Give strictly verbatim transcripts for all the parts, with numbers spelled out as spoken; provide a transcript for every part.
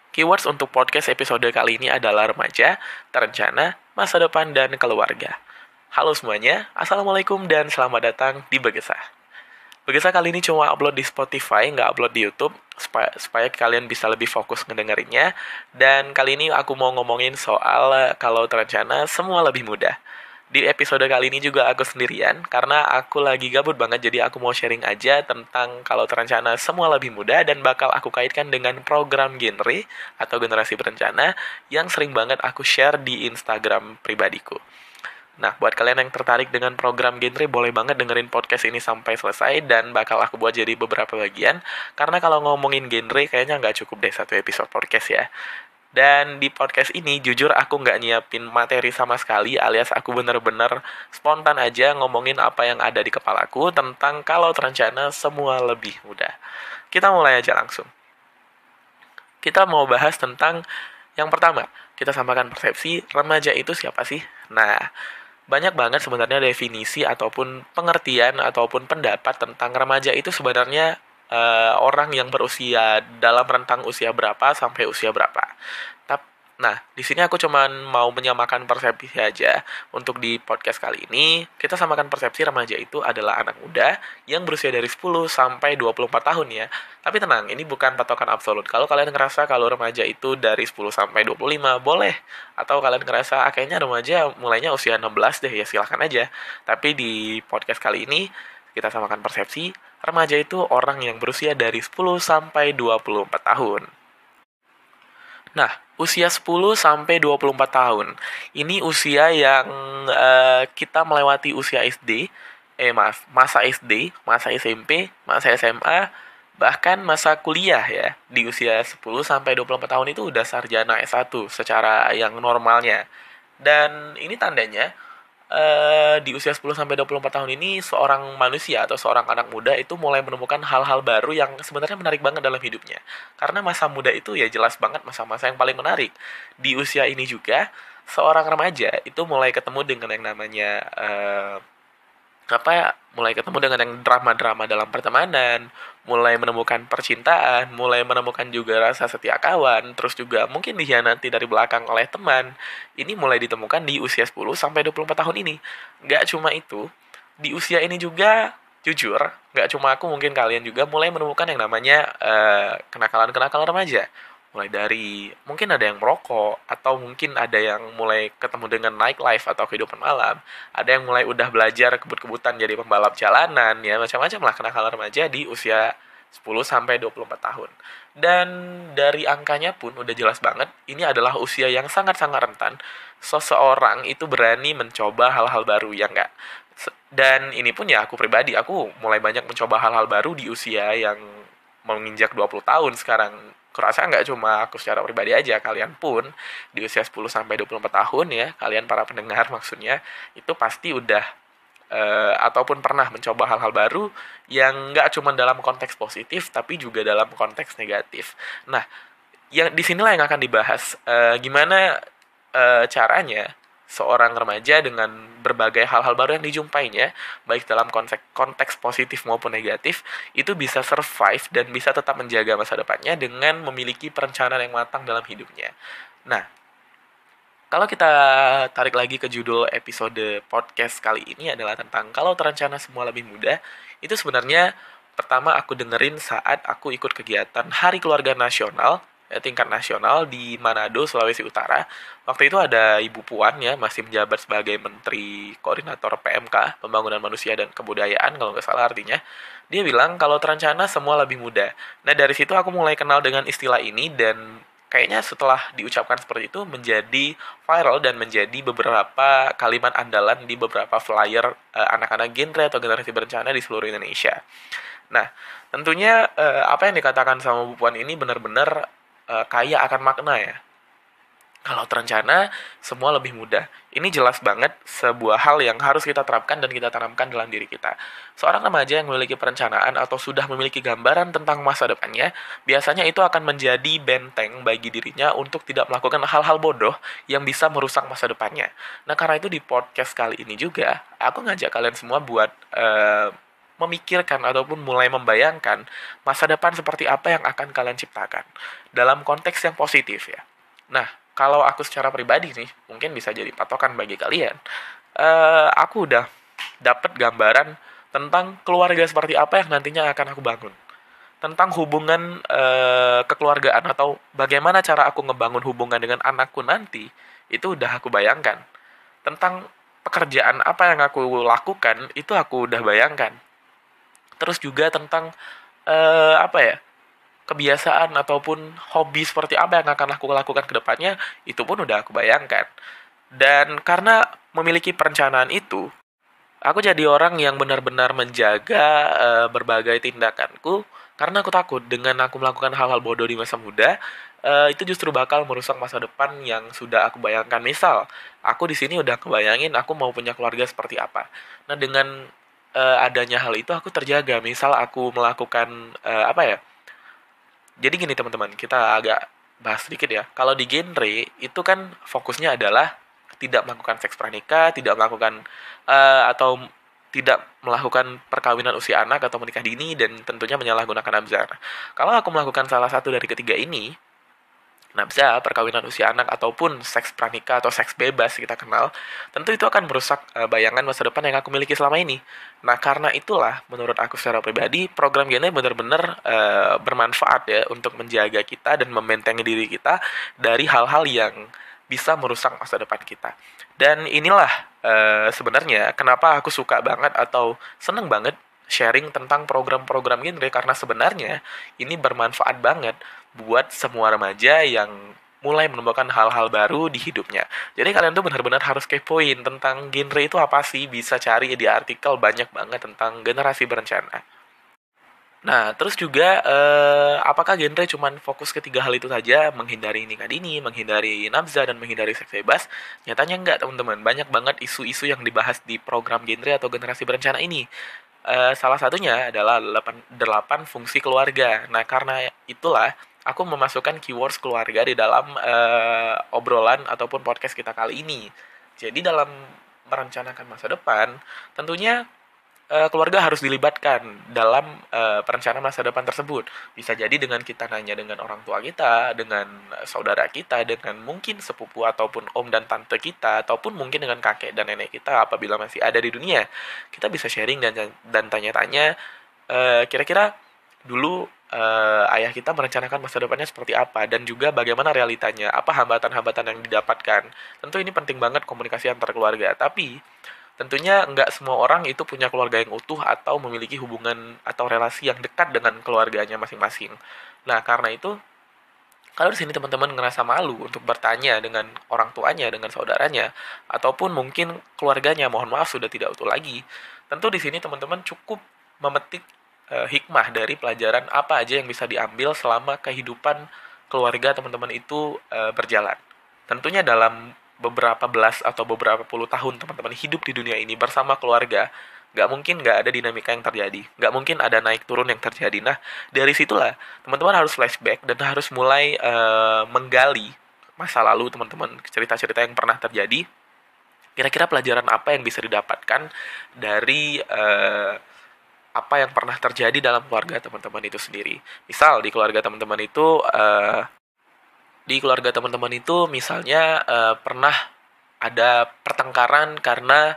Keywords untuk podcast episode kali ini adalah remaja, terencana, masa depan, dan keluarga. Halo semuanya, Assalamualaikum dan selamat datang di Begesah. Begesah kali ini cuma upload di Spotify, nggak upload di YouTube, supaya, supaya kalian bisa lebih fokus ngedengerinnya. Dan kali ini aku mau ngomongin soal eh, kalau terencana semua lebih mudah. Di episode kali ini juga aku sendirian, karena aku lagi gabut banget, jadi aku mau sharing aja tentang kalau terencana semua lebih mudah dan bakal aku kaitkan dengan program genre atau generasi berencana yang sering banget aku share di Instagram pribadiku. Nah, buat kalian yang tertarik dengan program genre, boleh banget dengerin podcast ini sampai selesai dan bakal aku buat jadi beberapa bagian. Karena kalau ngomongin genre, kayaknya nggak cukup deh satu episode podcast ya. Dan di podcast ini, jujur aku nggak nyiapin materi sama sekali, alias aku bener-bener spontan aja ngomongin apa yang ada di kepalaku tentang kalau terencana semua lebih mudah. Kita mulai aja langsung. Kita mau bahas tentang yang pertama, kita samakan persepsi remaja itu siapa sih? Nah, banyak banget sebenarnya definisi ataupun pengertian ataupun pendapat tentang remaja itu sebenarnya eh, orang yang berusia dalam rentang usia berapa sampai usia berapa. Tap- Nah, di sini aku cuman mau menyamakan persepsi aja. Untuk di podcast kali ini, kita samakan persepsi remaja itu adalah anak muda yang berusia dari sepuluh sampai dua puluh empat tahun ya. Tapi tenang, ini bukan patokan absolut. Kalau kalian ngerasa kalau remaja itu dari sepuluh sampai dua puluh lima, boleh. Atau kalian ngerasa ah, kayaknya remaja mulainya usia enam belas deh, ya silahkan aja. Tapi di podcast kali ini, kita samakan persepsi, remaja itu orang yang berusia dari sepuluh sampai dua puluh empat tahun. Nah, usia sepuluh sampai dua puluh empat tahun. Ini usia yang eh, kita melewati usia S D, eh maaf, masa S D, masa S M P, masa S M A, bahkan masa kuliah ya. Di usia sepuluh sampai dua puluh empat tahun itu udah sarjana S satu secara yang normalnya. Dan ini tandanya eh, di usia sepuluh sampai dua puluh empat tahun ini seorang manusia atau seorang anak muda itu mulai menemukan hal-hal baru yang sebenarnya menarik banget dalam hidupnya. Karena masa muda itu ya jelas banget masa-masa yang paling menarik. Di usia ini juga seorang remaja itu mulai ketemu dengan yang namanya eh, apa ya, mulai ketemu dengan yang drama-drama dalam pertemanan, mulai menemukan percintaan, mulai menemukan juga rasa setia kawan, terus juga mungkin dikhianati dari belakang oleh teman. Ini mulai ditemukan di usia sepuluh sampai dua puluh empat tahun ini. Nggak cuma itu, di usia ini juga jujur, nggak cuma aku, mungkin kalian juga mulai menemukan yang namanya eh, kenakalan-kenakalan remaja. Mulai dari mungkin ada yang merokok, atau mungkin ada yang mulai ketemu dengan nightlife atau kehidupan malam, ada yang mulai udah belajar kebut-kebutan jadi pembalap jalanan, ya macam-macam lah kenakalan remaja di usia sepuluh sampai dua puluh empat tahun. Dan dari angkanya pun udah jelas banget, ini adalah usia yang sangat-sangat rentan. Seseorang itu berani mencoba hal-hal baru, ya enggak? Dan ini pun ya aku pribadi, aku mulai banyak mencoba hal-hal baru di usia yang menginjak dua puluh tahun sekarang. Kurasa nggak cuma aku secara pribadi aja, kalian pun di usia sepuluh sampai dua puluh empat tahun ya, kalian para pendengar maksudnya, itu pasti udah eh, ataupun pernah mencoba hal-hal baru yang nggak cuma dalam konteks positif, tapi juga dalam konteks negatif. Nah, yang di sinilah yang akan dibahas eh, gimana eh, caranya seorang remaja dengan berbagai hal-hal baru yang dijumpainya, baik dalam konteks, konteks positif maupun negatif, itu bisa survive dan bisa tetap menjaga masa depannya dengan memiliki perencanaan yang matang dalam hidupnya. Nah, kalau kita tarik lagi ke judul episode podcast kali ini adalah tentang kalau terencana semua lebih mudah, itu sebenarnya pertama aku dengerin saat aku ikut kegiatan Hari Keluarga Nasional, eh, tingkat nasional di Manado, Sulawesi Utara. Waktu itu ada Ibu Puan ya, masih menjabat sebagai Menteri Koordinator P M K, Pembangunan Manusia dan Kebudayaan kalau nggak salah artinya. Dia bilang kalau terencana semua lebih mudah. Nah dari situ aku mulai kenal dengan istilah ini dan kayaknya setelah diucapkan seperti itu menjadi viral dan menjadi beberapa kalimat andalan di beberapa flyer eh, anak-anak genre atau generasi berencana di seluruh Indonesia. Nah, tentunya eh, apa yang dikatakan sama Bu Puan ini benar-benar eh, kaya akan makna ya. Kalau terencana, semua lebih mudah. Ini jelas banget sebuah hal yang harus kita terapkan dan kita tanamkan dalam diri kita. Seorang remaja yang memiliki perencanaan atau sudah memiliki gambaran tentang masa depannya, biasanya itu akan menjadi benteng bagi dirinya untuk tidak melakukan hal-hal bodoh yang bisa merusak masa depannya. Nah, karena itu di podcast kali ini juga, aku ngajak kalian semua buat eh, memikirkan ataupun mulai membayangkan masa depan seperti apa yang akan kalian ciptakan dalam konteks yang positif ya. Nah, kalau aku secara pribadi nih, mungkin bisa jadi patokan bagi kalian. Eh, aku udah dapat gambaran tentang keluarga seperti apa yang nantinya akan aku bangun. Tentang hubungan eh, kekeluargaan atau bagaimana cara aku ngebangun hubungan dengan anakku nanti, itu udah aku bayangkan. Tentang pekerjaan apa yang aku lakukan, itu aku udah bayangkan. Terus juga tentang eh, apa ya, kebiasaan ataupun hobi seperti apa yang akan aku lakukan ke depannya, itu pun udah aku bayangkan. Dan karena memiliki perencanaan itu, aku jadi orang yang benar-benar menjaga eh, berbagai tindakanku karena aku takut dengan aku melakukan hal-hal bodoh di masa muda, eh, itu justru bakal merusak masa depan yang sudah aku bayangkan. Misal, aku di sini udah kebayangin aku mau punya keluarga seperti apa. Nah, dengan eh, adanya hal itu aku terjaga. Misal aku melakukan eh, apa ya? Jadi gini teman-teman, kita agak bahas sedikit ya. Kalau di genre itu kan fokusnya adalah tidak melakukan seks pranikah, tidak melakukan eh, atau tidak melakukan perkawinan usia anak atau menikah dini dan tentunya menyalahgunakan nabzar. Kalau aku melakukan salah satu dari ketiga ini, nabza, perkawinan usia anak ataupun seks pranikah atau seks bebas kita kenal, tentu itu akan merusak eh, bayangan masa depan yang aku miliki selama ini. Nah, karena itulah menurut aku secara pribadi program gini benar-benar eh, bermanfaat ya untuk menjaga kita dan membentengi diri kita dari hal-hal yang bisa merusak masa depan kita. Dan inilah eh, sebenarnya kenapa aku suka banget atau seneng banget sharing tentang program-program genre karena sebenarnya ini bermanfaat banget buat semua remaja yang mulai menemukan hal-hal baru di hidupnya. Jadi kalian tuh benar-benar harus kepoin tentang genre itu apa sih, bisa cari di artikel banyak banget tentang generasi berencana. Nah, terus juga eh, apakah genre cuman fokus ke tiga hal itu saja, menghindari nikah dini, menghindari nafsa, dan menghindari seks bebas? Nyatanya enggak, teman-teman. Banyak banget isu-isu yang dibahas di program genre atau generasi berencana ini. Eh, salah satunya adalah delapan, delapan fungsi keluarga. Nah, karena itulah aku memasukkan keywords keluarga di dalam eh, obrolan ataupun podcast kita kali ini. Jadi dalam merencanakan masa depan, tentunya eh, keluarga harus dilibatkan dalam eh, perencanaan masa depan tersebut. Bisa jadi dengan kita nanya dengan orang tua kita, dengan saudara kita, dengan mungkin sepupu ataupun om dan tante kita, ataupun mungkin dengan kakek dan nenek kita apabila masih ada di dunia. Kita bisa sharing dan dan tanya-tanya eh, kira-kira dulu eh, ayah kita merencanakan masa depannya seperti apa dan juga bagaimana realitanya, apa hambatan-hambatan yang didapatkan. Tentu ini penting banget komunikasi antar keluarga, tapi tentunya nggak semua orang itu punya keluarga yang utuh atau memiliki hubungan atau relasi yang dekat dengan keluarganya masing-masing. Nah, karena itu, kalau di sini teman-teman ngerasa malu untuk bertanya dengan orang tuanya, dengan saudaranya, ataupun mungkin keluarganya, mohon maaf sudah tidak utuh lagi, tentu di sini teman-teman cukup memetik eh, hikmah dari pelajaran apa aja yang bisa diambil selama kehidupan keluarga teman-teman itu eh, berjalan. Tentunya dalam beberapa belas atau beberapa puluh tahun teman-teman hidup di dunia ini bersama keluarga, nggak mungkin nggak ada dinamika yang terjadi, nggak mungkin ada naik turun yang terjadi. Nah, dari situlah teman-teman harus flashback dan harus mulai eh, menggali masa lalu teman-teman, cerita-cerita yang pernah terjadi. Kira-kira pelajaran apa yang bisa didapatkan dari eh, apa yang pernah terjadi dalam keluarga teman-teman itu sendiri. Misal di keluarga teman-teman itu eh, di keluarga teman-teman itu misalnya eh, pernah ada pertengkaran karena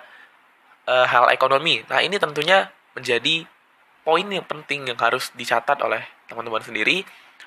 eh, hal ekonomi. Nah, ini tentunya menjadi poin yang penting yang harus dicatat oleh teman-teman sendiri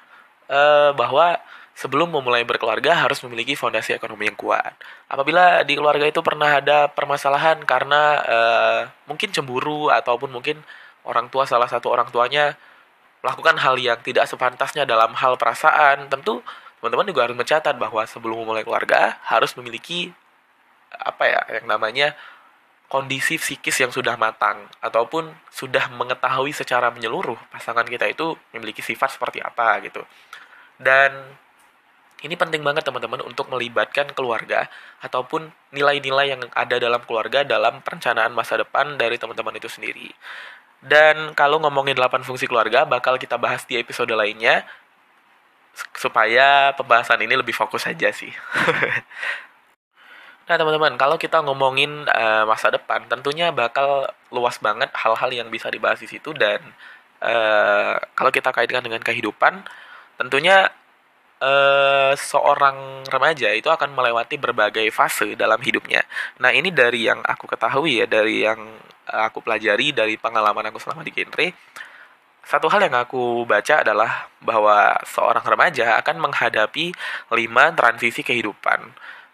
eh, bahwa sebelum memulai berkeluarga harus memiliki fondasi ekonomi yang kuat. Apabila di keluarga itu pernah ada permasalahan karena eh, mungkin cemburu ataupun mungkin orang tua salah satu orang tuanya melakukan hal yang tidak sepantasnya dalam hal perasaan, tentu teman-teman juga harus mencatat bahwa sebelum memulai keluarga harus memiliki apa ya yang namanya kondisi psikis yang sudah matang ataupun sudah mengetahui secara menyeluruh pasangan kita itu memiliki sifat seperti apa gitu. Dan ini penting banget teman-teman untuk melibatkan keluarga ataupun nilai-nilai yang ada dalam keluarga dalam perencanaan masa depan dari teman-teman itu sendiri. Dan kalau ngomongin delapan fungsi keluarga bakal kita bahas di episode lainnya supaya pembahasan ini lebih fokus saja sih. Nah, teman-teman, kalau kita ngomongin eh, masa depan, tentunya bakal luas banget hal-hal yang bisa dibahas di situ dan eh, kalau kita kaitkan dengan kehidupan, tentunya eh, seorang remaja itu akan melewati berbagai fase dalam hidupnya. Nah, ini dari yang aku ketahui ya, dari yang eh, aku pelajari dari pengalaman aku selama di genre. Satu hal yang aku baca adalah bahwa seorang remaja akan menghadapi lima transisi kehidupan.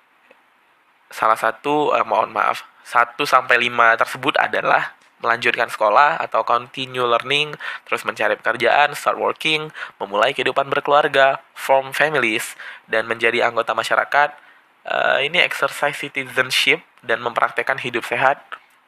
Salah satu, eh, mohon maaf, satu sampai lima tersebut adalah melanjutkan sekolah atau continue learning, terus mencari pekerjaan, start working, memulai kehidupan berkeluarga, form families, dan menjadi anggota masyarakat. Eh, ini exercise citizenship dan mempraktekkan hidup sehat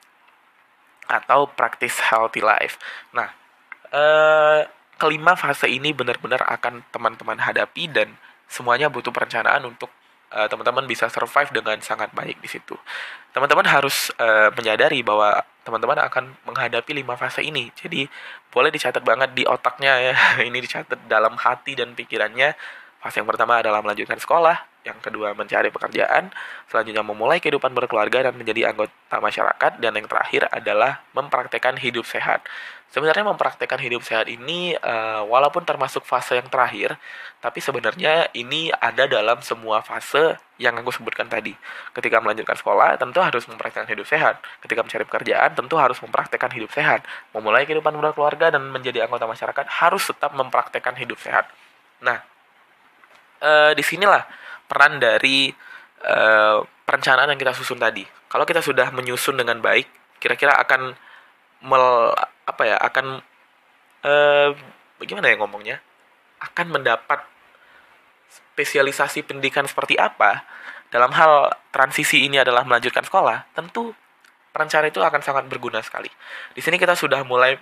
atau practice healthy life. Nah, eh, kelima fase ini benar-benar akan teman-teman hadapi dan semuanya butuh perencanaan untuk eh, teman-teman bisa survive dengan sangat baik di situ. Teman-teman harus eh, menyadari bahwa teman-teman akan menghadapi lima fase ini. Jadi boleh dicatat banget di otaknya ya. Ini dicatat dalam hati dan pikirannya. Fase yang pertama adalah melanjutkan sekolah, yang kedua mencari pekerjaan, selanjutnya memulai kehidupan berkeluarga dan menjadi anggota masyarakat, dan yang terakhir adalah mempraktekkan hidup sehat. Sebenarnya mempraktekkan hidup sehat ini uh, walaupun termasuk fase yang terakhir, tapi sebenarnya ini ada dalam semua fase yang aku sebutkan tadi. Ketika melanjutkan sekolah, tentu harus mempraktekkan hidup sehat. Ketika mencari pekerjaan, tentu harus mempraktekkan hidup sehat. Memulai kehidupan berkeluarga dan menjadi anggota masyarakat harus tetap mempraktekkan hidup sehat. Nah, eh, disinilah peran dari eh, perencanaan yang kita susun tadi. Kalau kita sudah menyusun dengan baik, kira-kira akan mel apa ya akan eh, bagaimana ya ngomongnya, akan mendapat spesialisasi pendidikan seperti apa dalam hal transisi ini adalah melanjutkan sekolah, tentu perencanaan itu akan sangat berguna sekali. Di sini kita sudah mulai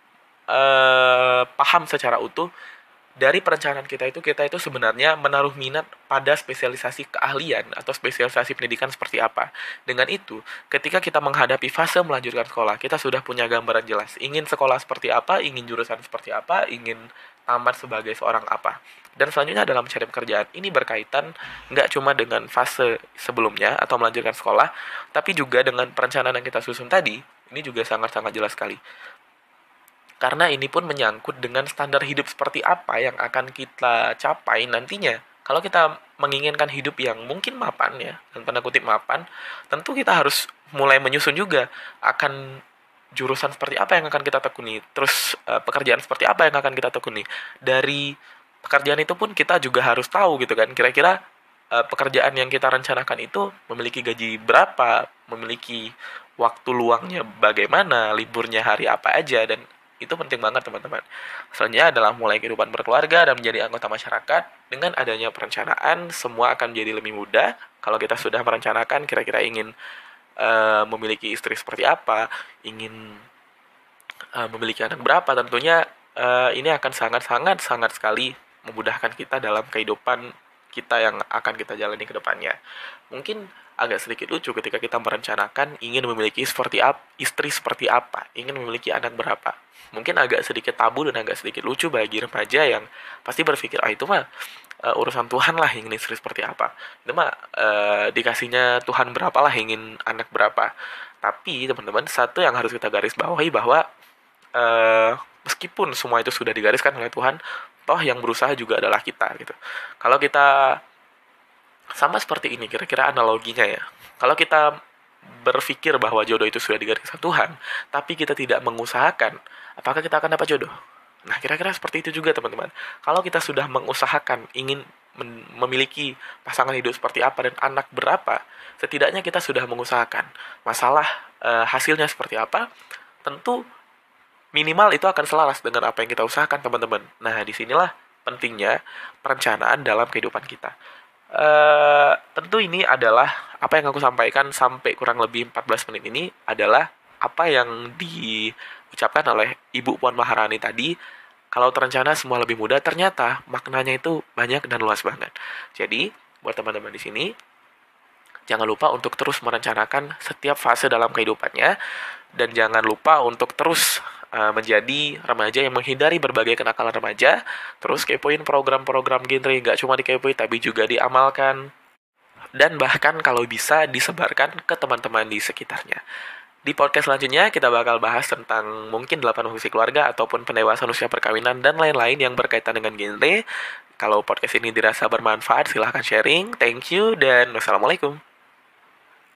eh, paham secara utuh dari perencanaan kita itu kita itu sebenarnya menaruh minat pada spesialisasi keahlian atau spesialisasi pendidikan seperti apa. Dengan itu, ketika kita menghadapi fase melanjutkan sekolah, kita sudah punya gambaran jelas. Ingin sekolah seperti apa, ingin jurusan seperti apa, ingin tamat sebagai seorang apa. Dan selanjutnya dalam mencari pekerjaan, ini berkaitan nggak cuma dengan fase sebelumnya atau melanjutkan sekolah, tapi juga dengan perencanaan yang kita susun tadi, ini juga sangat-sangat jelas sekali. Karena ini pun menyangkut dengan standar hidup seperti apa yang akan kita capai nantinya. Kalau kita menginginkan hidup yang mungkin mapan ya, dan tanda kutip mapan, tentu kita harus mulai menyusun juga akan jurusan seperti apa yang akan kita tekuni, terus eh, pekerjaan seperti apa yang akan kita tekuni. Dari pekerjaan itu pun kita juga harus tahu gitu kan, kira-kira eh, pekerjaan yang kita rencanakan itu memiliki gaji berapa, memiliki waktu luangnya bagaimana, liburnya hari apa aja, dan itu penting banget teman-teman. Selanjutnya adalah mulai kehidupan berkeluarga dan menjadi anggota masyarakat. Dengan adanya perencanaan, semua akan menjadi lebih mudah. Kalau kita sudah merencanakan kira-kira ingin eh, memiliki istri seperti apa, ingin eh, memiliki anak berapa, tentunya eh, ini akan sangat-sangat sangat sekali memudahkan kita dalam kehidupan kita yang akan kita jalani ke depannya. Mungkin agak sedikit lucu ketika kita merencanakan ingin memiliki seperti apa, istri seperti apa, ingin memiliki anak berapa. Mungkin agak sedikit tabu dan agak sedikit lucu bagi remaja yang pasti berpikir, ah itu mah eh, urusan Tuhan lah ingin istri seperti apa. Itu mah eh, dikasihnya Tuhan berapa lah ingin anak berapa. Tapi teman-teman, satu yang harus kita garis bawahi bahwa eh, meskipun semua itu sudah digariskan oleh Tuhan, toh yang berusaha juga adalah kita gitu. Kalau kita sama seperti ini, kira-kira analoginya ya. Kalau kita berpikir bahwa jodoh itu sudah digariskan Tuhan, tapi kita tidak mengusahakan, apakah kita akan dapat jodoh? Nah, kira-kira seperti itu juga teman-teman. Kalau kita sudah mengusahakan, ingin memiliki pasangan hidup seperti apa dan anak berapa, setidaknya kita sudah mengusahakan. Masalah eh, hasilnya seperti apa, tentu minimal itu akan selaras dengan apa yang kita usahakan teman-teman. Nah, disinilah pentingnya perencanaan dalam kehidupan kita. Eh, tentu ini adalah apa yang aku sampaikan sampai kurang lebih empat belas menit ini adalah apa yang diucapkan oleh Ibu Puan Maharani tadi. Kalau terencana semua lebih mudah, ternyata maknanya itu banyak dan luas banget. Jadi, buat teman-teman di sini, jangan lupa untuk terus merencanakan setiap fase dalam kehidupannya, dan jangan lupa untuk terus uh, menjadi remaja yang menghindari berbagai kenakalan remaja. Terus kepoin program-program genre, nggak cuma dikepoin tapi juga diamalkan. dan bahkan kalau bisa disebarkan ke teman-teman di sekitarnya. Di podcast selanjutnya kita bakal bahas tentang mungkin delapan fungsi keluarga ataupun pendewasaan usia perkawinan dan lain-lain yang berkaitan dengan genre. Kalau podcast ini dirasa bermanfaat silahkan sharing. Thank you dan wassalamualaikum.